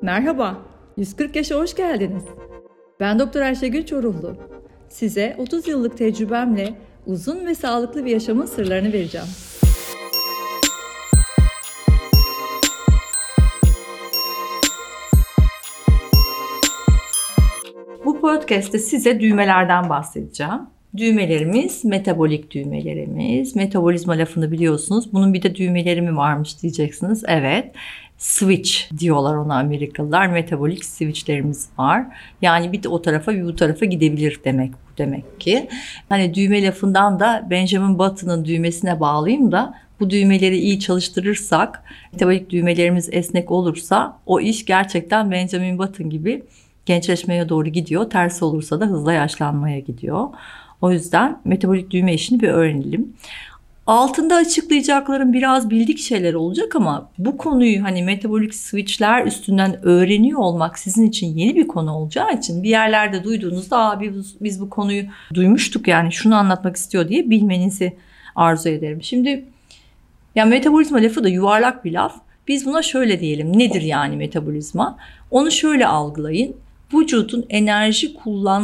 Merhaba, 140 yaşa hoş geldiniz. Ben Doktor Ayşegül Çoruhlu. Size 30 yıllık tecrübemle uzun ve sağlıklı bir yaşamın sırlarını vereceğim. Bu podcast'te size düğmelerden bahsedeceğim. Düğmelerimiz, metabolik düğmelerimiz. Metabolizma lafını biliyorsunuz. Bunun bir de düğmeleri mi varmış diyeceksiniz. Evet. Switch diyorlar ona Amerikalılar. Metabolik switchlerimiz var. Yani bir de o tarafa bir bu tarafa gidebilir demek bu demek ki. Hani düğme lafından da Benjamin Button'ın düğmesine bağlayayım da bu düğmeleri iyi çalıştırırsak, metabolik düğmelerimiz esnek olursa o iş gerçekten Benjamin Button gibi gençleşmeye doğru gidiyor. Tersi olursa da hızla yaşlanmaya gidiyor. O yüzden metabolik düğme işini bir öğrenelim. Altında açıklayacaklarım biraz bildik şeyler olacak ama bu konuyu hani metabolik switchler üstünden öğreniyor olmak sizin için yeni bir konu olacağı için bir yerlerde duyduğunuzda biz bu konuyu duymuştuk yani şunu anlatmak istiyor diye bilmenizi arzu ederim. Şimdi ya metabolizma lafı da yuvarlak bir laf. Biz buna şöyle diyelim. Nedir yani metabolizma? Onu şöyle algılayın. Vücudun enerji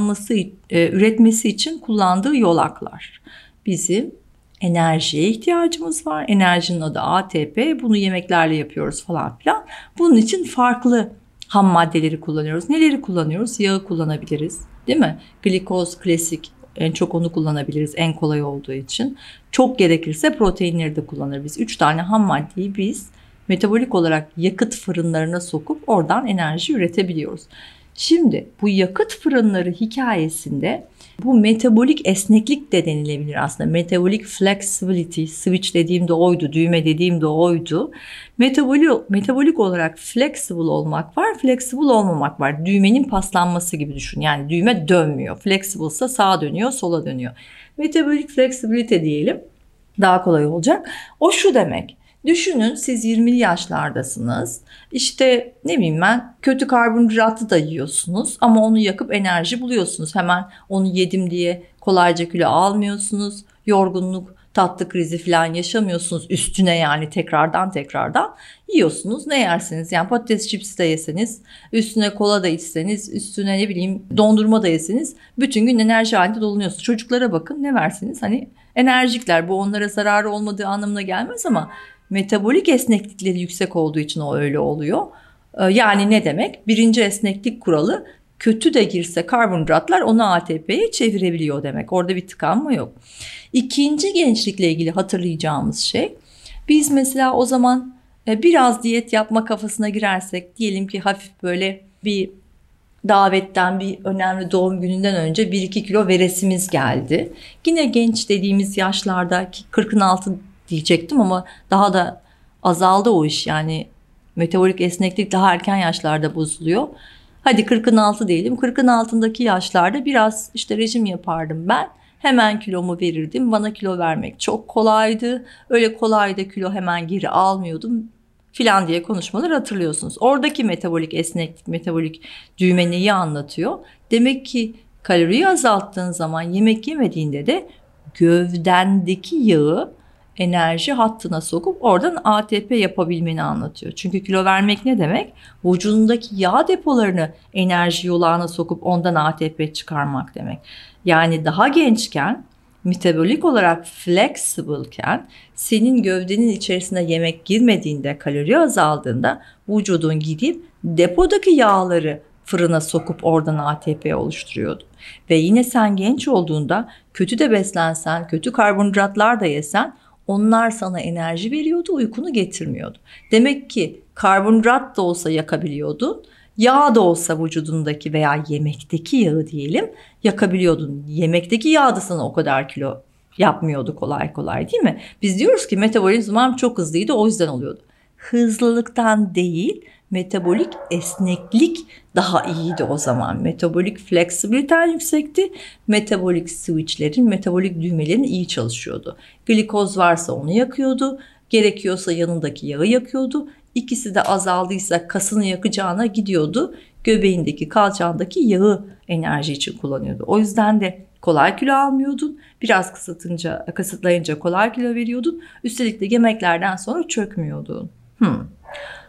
üretmesi için kullandığı yolaklar. Bizim enerjiye ihtiyacımız var. Enerjinin adı ATP. Bunu yemeklerle yapıyoruz falan filan. Bunun için farklı ham maddeleri kullanıyoruz. Neleri kullanıyoruz? Yağı kullanabiliriz. Değil mi? Glikoz klasik. En çok onu kullanabiliriz en kolay olduğu için. Çok gerekirse proteinleri de kullanırız. 3 tane ham maddeyi biz metabolik olarak yakıt fırınlarına sokup oradan enerji üretebiliyoruz. Şimdi bu yakıt fırınları hikayesinde bu metabolik esneklik de denilebilir aslında. Metabolik flexibility, switch dediğim de oydu, düğme dediğim de oydu. Metabolik olarak flexible olmak var, flexible olmamak var. Düğmenin paslanması gibi düşün. Yani düğme dönmüyor. Flexible ise sağa dönüyor, sola dönüyor. Metabolik flexibility diyelim. Daha kolay olacak. O şu demek. Düşünün siz 20'li yaşlardasınız. İşte ne bileyim ben kötü karbonhidratı da yiyorsunuz ama onu yakıp enerji buluyorsunuz. Hemen onu yedim diye kolayca kilo almıyorsunuz. Yorgunluk, tatlı krizi falan yaşamıyorsunuz. Üstüne yani tekrardan yiyorsunuz. Ne yersiniz? Yani patates çipsi de yeseniz, üstüne kola da içseniz, üstüne ne bileyim dondurma da yeseniz bütün gün enerji halinde dolunuyorsunuz. Çocuklara bakın ne versiniz? Hani enerjikler, bu onlara zararı olmadığı anlamına gelmez ama metabolik esneklikleri yüksek olduğu için o öyle oluyor. Yani ne demek? Birinci esneklik kuralı kötü de girse karbonhidratlar onu ATP'ye çevirebiliyor demek. Orada bir tıkanma yok. İkinci gençlikle ilgili hatırlayacağımız şey. Biz mesela o zaman biraz diyet yapma kafasına girersek diyelim ki hafif böyle bir davetten bir önemli doğum gününden önce 1-2 kilo veresimiz geldi. Yine genç dediğimiz yaşlarda 40'ın altı diyecektim ama daha da azaldı o iş. Yani metabolik esneklik daha erken yaşlarda bozuluyor. Hadi 40'ın altı diyelim. 40'ın altındaki yaşlarda biraz işte rejim yapardım ben. Hemen kilomu verirdim. Bana kilo vermek çok kolaydı. Öyle kolay da kilo hemen geri almıyordum filan diye konuşmalar hatırlıyorsunuz. Oradaki metabolik esneklik, metabolik düğme neyi anlatıyor? Demek ki kaloriyi azalttığın zaman yemek yemediğinde de gövdendeki yağı enerji hattına sokup oradan ATP yapabilmeni anlatıyor. Çünkü kilo vermek ne demek? Vücudundaki yağ depolarını enerji yolağına sokup ondan ATP çıkarmak demek. Yani daha gençken metabolik olarak flexible'ken senin gövdenin içerisine yemek girmediğinde, kalori azaldığında vücudun gidip depodaki yağları fırına sokup oradan ATP oluşturuyordu. Ve yine sen genç olduğunda kötü de beslensen, kötü karbonhidratlar da yesen onlar sana enerji veriyordu, uykunu getirmiyordu. Demek ki karbonhidrat da olsa yakabiliyordun, yağ da olsa vücudundaki veya yemekteki yağı diyelim yakabiliyordun. Yemekteki yağ da sana o kadar kilo yapmıyordu kolay kolay, değil mi? Biz diyoruz ki metabolizmam çok hızlıydı, o yüzden oluyordu. Hızlılıktan değil, metabolik esneklik daha iyiydi o zaman. Metabolik fleksibiliten yüksekti. Metabolik switchlerin, metabolik düğmelerin iyi çalışıyordu. Glikoz varsa onu yakıyordu. Gerekiyorsa yanındaki yağı yakıyordu. İkisi de azaldıysa kasını yakacağına gidiyordu. Göbeğindeki, kalçağındaki yağı enerji için kullanıyordu. O yüzden de kolay kilo almıyordun. Biraz kısıtlayınca kolay kilo veriyordun. Üstelik de yemeklerden sonra çökmüyordun.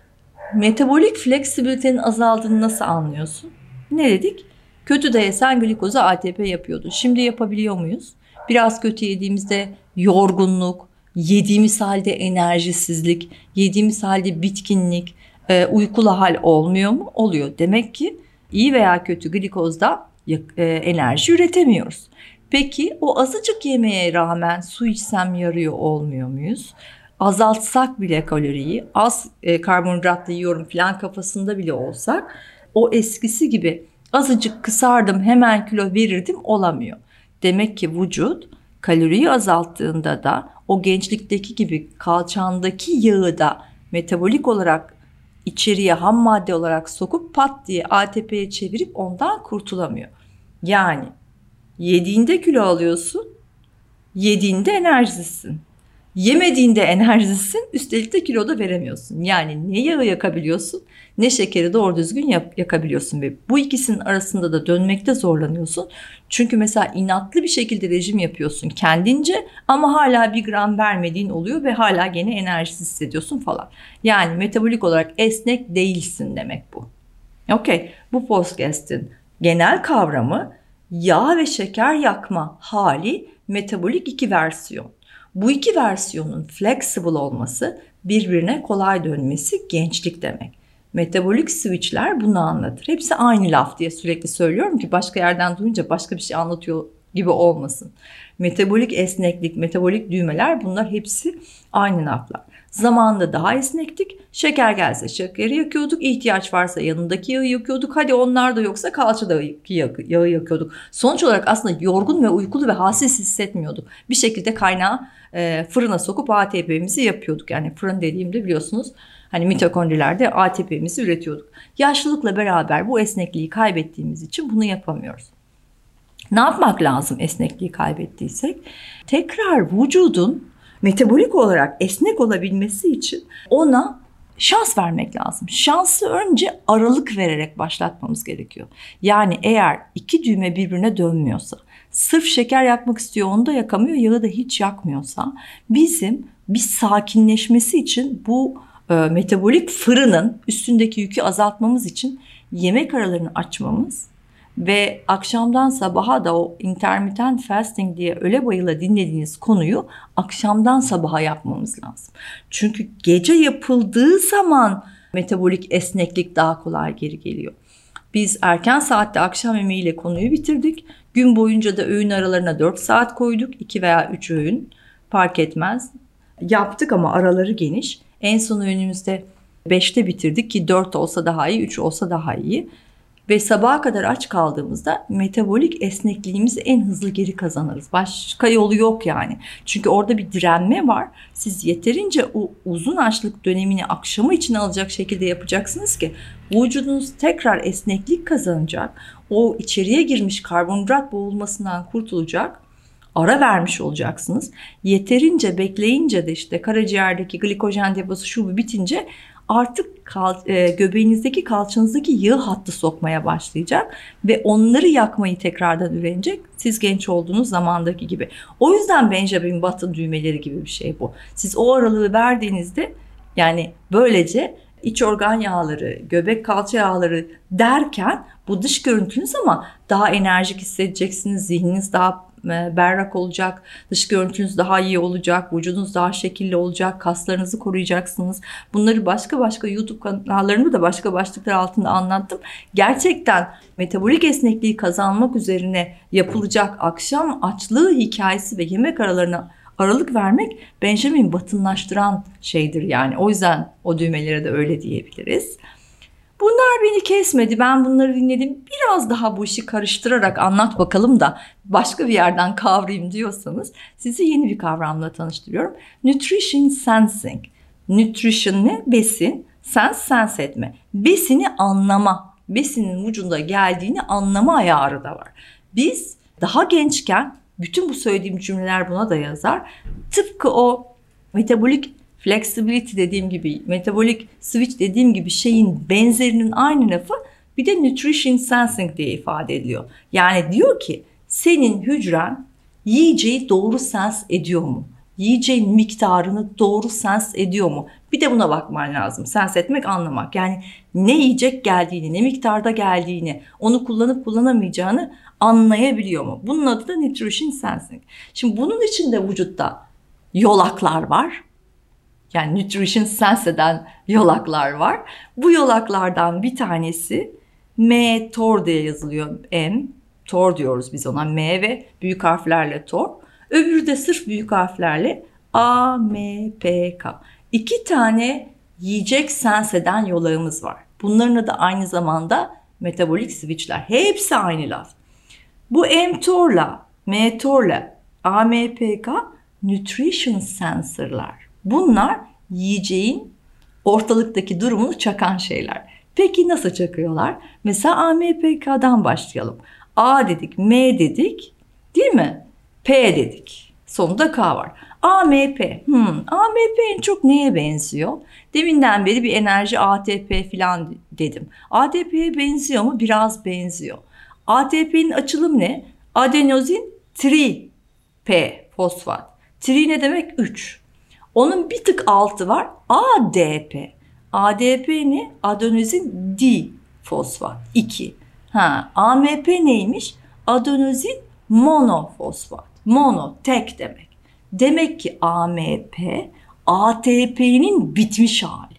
Metabolik fleksibilitenin azaldığını nasıl anlıyorsun? Ne dedik? Kötü de yesen glikoza ATP yapıyordu. Şimdi yapabiliyor muyuz? Biraz kötü yediğimizde yorgunluk, yediğimiz halde enerjisizlik, yediğimiz halde bitkinlik, uykulu hal olmuyor mu? Oluyor. Demek ki iyi veya kötü glikozda enerji üretemiyoruz. Peki o azıcık yemeğe rağmen su içsem yarıyor olmuyor muyuz? Azaltsak bile kaloriyi, az karbonhidratlı yiyorum falan kafasında bile olsak, o eskisi gibi azıcık kısardım hemen kilo verirdim olamıyor. Demek ki vücut kaloriyi azalttığında da o gençlikteki gibi kalçandaki yağı da metabolik olarak içeriye ham madde olarak sokup pat diye ATP'ye çevirip ondan kurtulamıyor. Yani yediğinde kilo alıyorsun, yediğinde enerjisizsin. Yemediğinde enerjisizsin, üstelik de kilo da veremiyorsun. Yani ne yağı yakabiliyorsun, ne şekeri doğru düzgün yakabiliyorsun. Ve bu ikisinin arasında da dönmekte zorlanıyorsun. Çünkü mesela inatlı bir şekilde rejim yapıyorsun kendince ama hala 1 gram vermediğin oluyor ve hala gene enerjisiz hissediyorsun falan. Yani metabolik olarak esnek değilsin demek bu. Okey, bu podcast'in genel kavramı yağ ve şeker yakma hali metabolik 2 versiyon. Bu 2 versiyonun flexible olması, birbirine kolay dönmesi gençlik demek. Metabolik switchler bunu anlatır. Hepsi aynı laf diye sürekli söylüyorum ki başka yerden duyunca başka bir şey anlatıyor gibi olmasın. Metabolik esneklik, metabolik düğmeler, bunlar hepsi aynı laflar. Zamanında daha esnektik. Şeker gelse şekeri yakıyorduk. İhtiyaç varsa yanındaki yağı yakıyorduk. Hadi onlar da yoksa kalçadaki yağı yakıyorduk. Sonuç olarak aslında yorgun ve uykulu ve halsiz hissetmiyorduk. Bir şekilde kaynağı fırına sokup ATP'mizi yapıyorduk. Yani fırın dediğimde biliyorsunuz hani mitokondrilerde ATP'mizi üretiyorduk. Yaşlılıkla beraber bu esnekliği kaybettiğimiz için bunu yapamıyoruz. Ne yapmak lazım esnekliği kaybettiysek? Tekrar vücudun metabolik olarak esnek olabilmesi için ona şans vermek lazım. Şansı önce aralık vererek başlatmamız gerekiyor. Yani eğer 2 düğme birbirine dönmüyorsa, sırf şeker yakmak istiyor onu da yakamıyor, yağı da hiç yakmıyorsa, bizim bir sakinleşmesi için bu metabolik fırının üstündeki yükü azaltmamız için yemek aralarını açmamız ve akşamdan sabaha da o intermittent fasting diye öyle bayıla dinlediğiniz konuyu akşamdan sabaha yapmamız lazım. Çünkü gece yapıldığı zaman metabolik esneklik daha kolay geri geliyor. Biz erken saatte akşam yemeğiyle konuyu bitirdik. Gün boyunca da öğün aralarına 4 saat koyduk. 2 veya 3 öğün fark etmez. Yaptık ama araları geniş. En son öğünümüzde 5'te bitirdik ki 4 olsa daha iyi, 3 olsa daha iyi. Ve sabaha kadar aç kaldığımızda metabolik esnekliğimizi en hızlı geri kazanırız. Başka yolu yok yani. Çünkü orada bir direnme var. Siz yeterince o uzun açlık dönemini akşamı için alacak şekilde yapacaksınız ki vücudunuz tekrar esneklik kazanacak. O içeriye girmiş karbonhidrat boğulmasından kurtulacak. Ara vermiş olacaksınız. Yeterince bekleyince de işte karaciğerdeki glikojen deposu şu bitince artık göbeğinizdeki kalçanızdaki yağ hattı sokmaya başlayacak ve onları yakmayı tekrardan öğrenecek. Siz genç olduğunuz zamandaki gibi. O yüzden Benjamin Button düğmeleri gibi bir şey bu. Siz o aralığı verdiğinizde yani böylece iç organ yağları, göbek kalça yağları derken bu dış görüntünüz ama daha enerjik hissedeceksiniz. Zihniniz daha berrak olacak, dış görüntünüz daha iyi olacak, vücudunuz daha şekilli olacak, kaslarınızı koruyacaksınız. Bunları başka YouTube kanallarımda da başka başlıklar altında anlattım. Gerçekten metabolik esnekliği kazanmak üzerine yapılacak akşam açlığı hikayesi ve yemek aralarına aralık vermek Benjamin Button'laştıran şeydir yani. O yüzden o düğmelere de öyle diyebiliriz. Bunlar beni kesmedi. Ben bunları dinledim. Biraz daha bu işi karıştırarak anlat bakalım da başka bir yerden kavrayayım diyorsanız sizi yeni bir kavramla tanıştırıyorum. Nutrition sensing. Nutrition ne? Besin. Sense etme. Besini anlama. Besinin vücuduna geldiğini anlama ayarı da var. Biz daha gençken bütün bu söylediğim cümleler buna da yazar. Tıpkı o metabolik flexibility dediğim gibi, metabolik switch dediğim gibi şeyin benzerinin aynı lafı bir de nutrition sensing diye ifade ediliyor. Yani diyor ki senin hücren yiyeceği doğru sens ediyor mu? yiyeceğin miktarını doğru sens ediyor mu? Bir de buna bakman lazım. Sens etmek, anlamak. Yani ne yiyecek geldiğini, ne miktarda geldiğini, onu kullanıp kullanamayacağını anlayabiliyor mu? Bunun adı da nutrition sensing. Şimdi bunun içinde vücutta yolaklar var. Yani nutrition sense eden yolaklar var. Bu yolaklardan bir tanesi mTOR diye yazılıyor. TOR diyoruz biz ona. M ve büyük harflerle TOR. Öbürü de sırf büyük harflerle AMPK. 2 tane yiyecek sense eden yolağımız var. Bunların adı aynı zamanda metabolik switchler. Hepsi aynı laf. Bu mTOR'la AMPK nutrition sensor'lar. Bunlar yiyeceğin ortalıktaki durumunu çakan şeyler. Peki nasıl çakıyorlar? Mesela AMPK'dan başlayalım. A dedik, M dedik, değil mi? P dedik. Sonunda K var. AMP. AMP en çok neye benziyor? Deminden beri bir enerji ATP falan dedim. ATP'ye benziyor mu? Biraz benziyor. ATP'nin açılımı ne? Adenozin tri-P fosfat. Tri ne demek? 3. Onun bir tık altı var. ADP. ADP ne? Adenozin difosfat. 2. AMP neymiş? Adenozin monofosfat. Mono, tek demek. Demek ki AMP, ATP'nin bitmiş hali.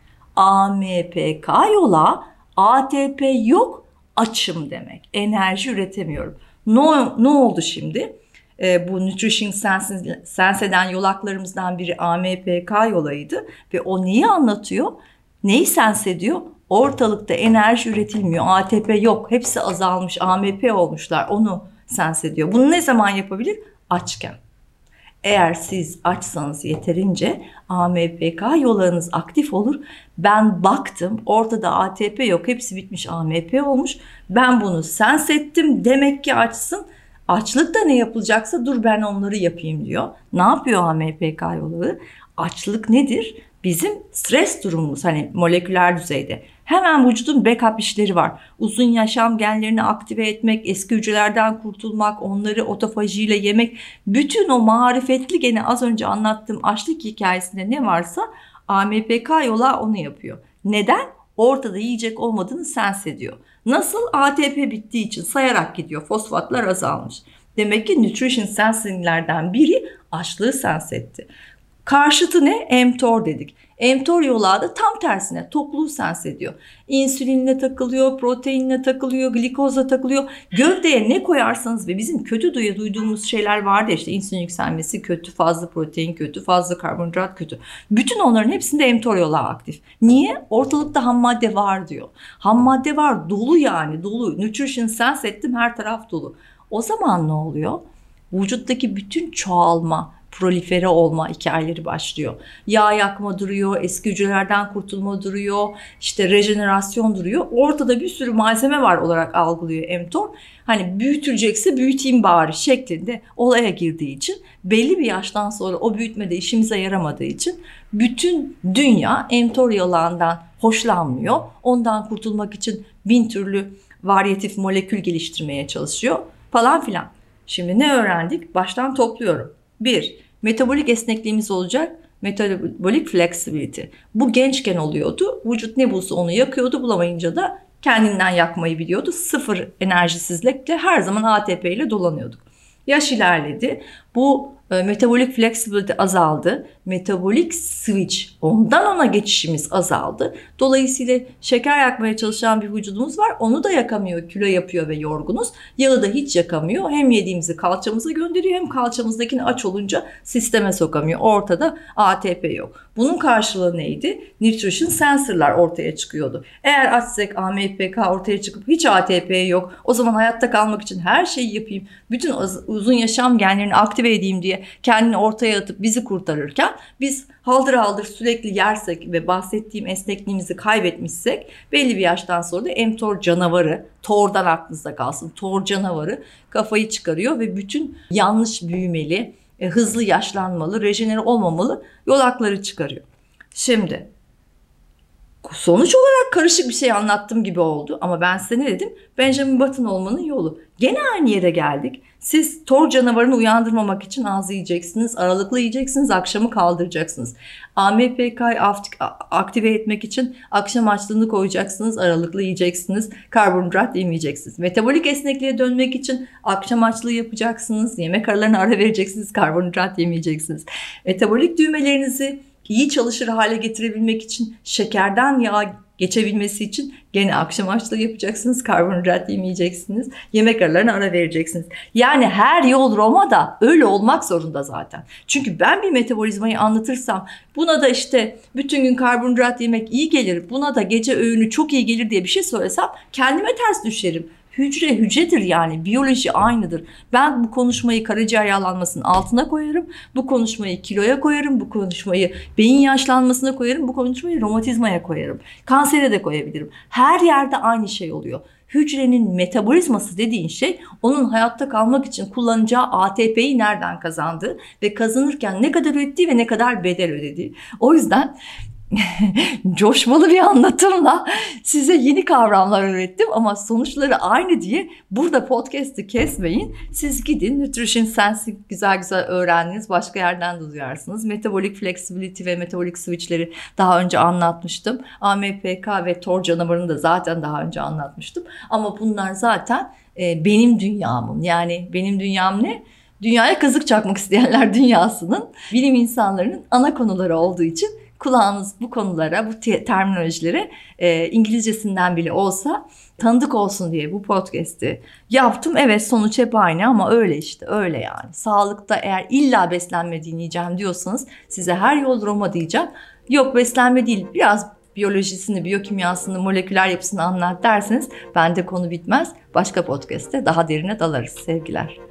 AMPK yola ATP yok, açım demek. Enerji üretemiyorum. Ne oldu şimdi? Bu nutrition sense eden yolaklarımızdan biri AMPK yolaydı ve o neyi anlatıyor? Neyi sense ediyor? Ortalıkta enerji üretilmiyor, ATP yok, hepsi azalmış, AMP olmuşlar, onu sense ediyor. Bunu ne zaman yapabilir? Açken. Eğer siz açsanız yeterince AMPK yollarınız aktif olur. Ben baktım, ortada ATP yok, hepsi bitmiş, AMP olmuş. Ben bunu sense ettim, demek ki açsın. Açlıkta ne yapılacaksa dur ben onları yapayım diyor. Ne yapıyor AMPK yolları? Açlık nedir? Bizim stres durumumuz, hani moleküler düzeyde. Hemen vücudun backup işleri var. Uzun yaşam genlerini aktive etmek, eski hücrelerden kurtulmak, onları otofajiyle yemek. Bütün o marifetli, gene az önce anlattığım açlık hikayesinde ne varsa AMPK yola onu yapıyor. Neden? Ortada yiyecek olmadığını sense ediyor. Nasıl? ATP bittiği için sayarak gidiyor. Fosfatlar azalmış. Demek ki nutrition sensinglerden biri açlığı sense etti. Karşıtı ne? mTOR dedik. mTOR yolağı da tam tersine tokluğu sense ediyor. İnsülinle takılıyor, proteinle takılıyor, glikozla takılıyor. Gövdeye ne koyarsanız ve bizim kötü duyduğumuz şeyler vardı, işte insülin yükselmesi kötü, fazla protein kötü, fazla karbonhidrat kötü. Bütün onların hepsinde mTOR yolağı aktif. Niye? Ortalıkta ham madde var diyor. Ham madde var, dolu yani, dolu. Nutrition sense ettim, her taraf dolu. O zaman ne oluyor? Vücuttaki bütün çoğalma, prolifere olma hikayeleri başlıyor. Yağ yakma duruyor, eski hücrelerden kurtulma duruyor, işte rejenerasyon duruyor. Ortada bir sürü malzeme var olarak algılıyor mTOR. Hani büyütülecekse büyüteyim bari şeklinde olaya girdiği için, belli bir yaştan sonra o büyütme de işimize yaramadığı için bütün dünya mTOR yolağından hoşlanmıyor. Ondan kurtulmak için 1000 türlü varyatif molekül geliştirmeye çalışıyor falan filan. Şimdi ne öğrendik? Baştan topluyorum. 1. Metabolik esnekliğimiz olacak. Metabolik flexibility. Bu gençken oluyordu. Vücut ne bulsa onu yakıyordu. Bulamayınca da kendinden yakmayı biliyordu. Sıfır enerjisizlikle her zaman ATP ile dolanıyorduk. Yaş ilerledi. Bu metabolik flexibility azaldı. Metabolik switch, ondan ona geçişimiz azaldı. Dolayısıyla şeker yakmaya çalışan bir vücudumuz var. Onu da yakamıyor, kilo yapıyor ve yorgunuz. Yağı da hiç yakamıyor. Hem yediğimizi kalçamıza gönderiyor, hem kalçamızdakini aç olunca sisteme sokamıyor. Ortada ATP yok. Bunun karşılığı neydi? Nutrition sensor'lar ortaya çıkıyordu. Eğer açsak AMPK ortaya çıkıp hiç ATP yok, o zaman hayatta kalmak için her şeyi yapayım, bütün uzun yaşam genlerini aktive edeyim diye kendini ortaya atıp bizi kurtarırken, biz haldır haldır sürekli yersek ve bahsettiğim esnekliğimizi kaybetmişsek, belli bir yaştan sonra da mTOR canavarı, TOR'dan aklınızda kalsın, TOR canavarı kafayı çıkarıyor ve bütün yanlış büyümeli, hızlı yaşlanmalı, rejenere olmamalı yolakları çıkarıyor. Şimdi Sonuç olarak karışık bir şey anlattım gibi oldu ama ben size ne dedim? Benjamin Button olmanın yolu. Gene aynı yere geldik. Siz Thor canavarını uyandırmamak için az yiyeceksiniz, aralıklı yiyeceksiniz, akşamı kaldıracaksınız. AMPK'yı aktive etmek için akşam açlığını koyacaksınız, aralıklı yiyeceksiniz, karbonhidrat yemeyeceksiniz. Metabolik esnekliğe dönmek için akşam açlığı yapacaksınız, yemek aralarına ara vereceksiniz, karbonhidrat yemeyeceksiniz. Metabolik düğmelerinizi iyi çalışır hale getirebilmek için, şekerden yağa geçebilmesi için gene akşam açlığı yapacaksınız, karbonhidrat yemeyeceksiniz, yemek aralarına ara vereceksiniz. Yani her yol Roma'da öyle olmak zorunda zaten. Çünkü ben bir metabolizmayı anlatırsam, buna da işte bütün gün karbonhidrat yemek iyi gelir, buna da gece öğünü çok iyi gelir diye bir şey söylesem kendime ters düşerim. Hücre hücredir yani, biyoloji aynıdır. Ben bu konuşmayı karaciğer yağlanmasının altına koyarım, bu konuşmayı kiloya koyarım, bu konuşmayı beyin yaşlanmasına koyarım, bu konuşmayı romatizmaya koyarım. Kansere de koyabilirim. Her yerde aynı şey oluyor. Hücrenin metabolizması dediğin şey onun hayatta kalmak için kullanacağı ATP'yi nereden kazandığı ve kazanırken ne kadar ürettiği ve ne kadar bedel ödediği. O yüzden coşmalı bir anlatımla size yeni kavramlar öğrettim ama sonuçları aynı diye burada podcast'ı kesmeyin. Siz gidin Nutrition Sense'i güzel güzel öğrendiniz. Başka yerden de duyarsınız. Metabolic Flexibility ve Metabolic Switch'leri daha önce anlatmıştım. AMPK ve Thor canavarını da zaten daha önce anlatmıştım. Ama bunlar zaten benim dünyamın. Yani benim dünyam ne? Dünyaya kazık çakmak isteyenler dünyasının bilim insanlarının ana konuları olduğu için kulağınız bu konulara, bu terminolojilere İngilizcesinden bile olsa tanıdık olsun diye bu podcast'i yaptım. Evet, sonuç hep aynı ama öyle işte, öyle yani. Sağlıkta eğer illa beslenme dinleyeceğim diyorsanız size her yol Roma diyeceğim. Yok, beslenme değil, biraz biyolojisini, biyokimyasını, moleküler yapısını anlat derseniz bende konu bitmez. Başka podcast'te daha derine dalarız. Sevgiler.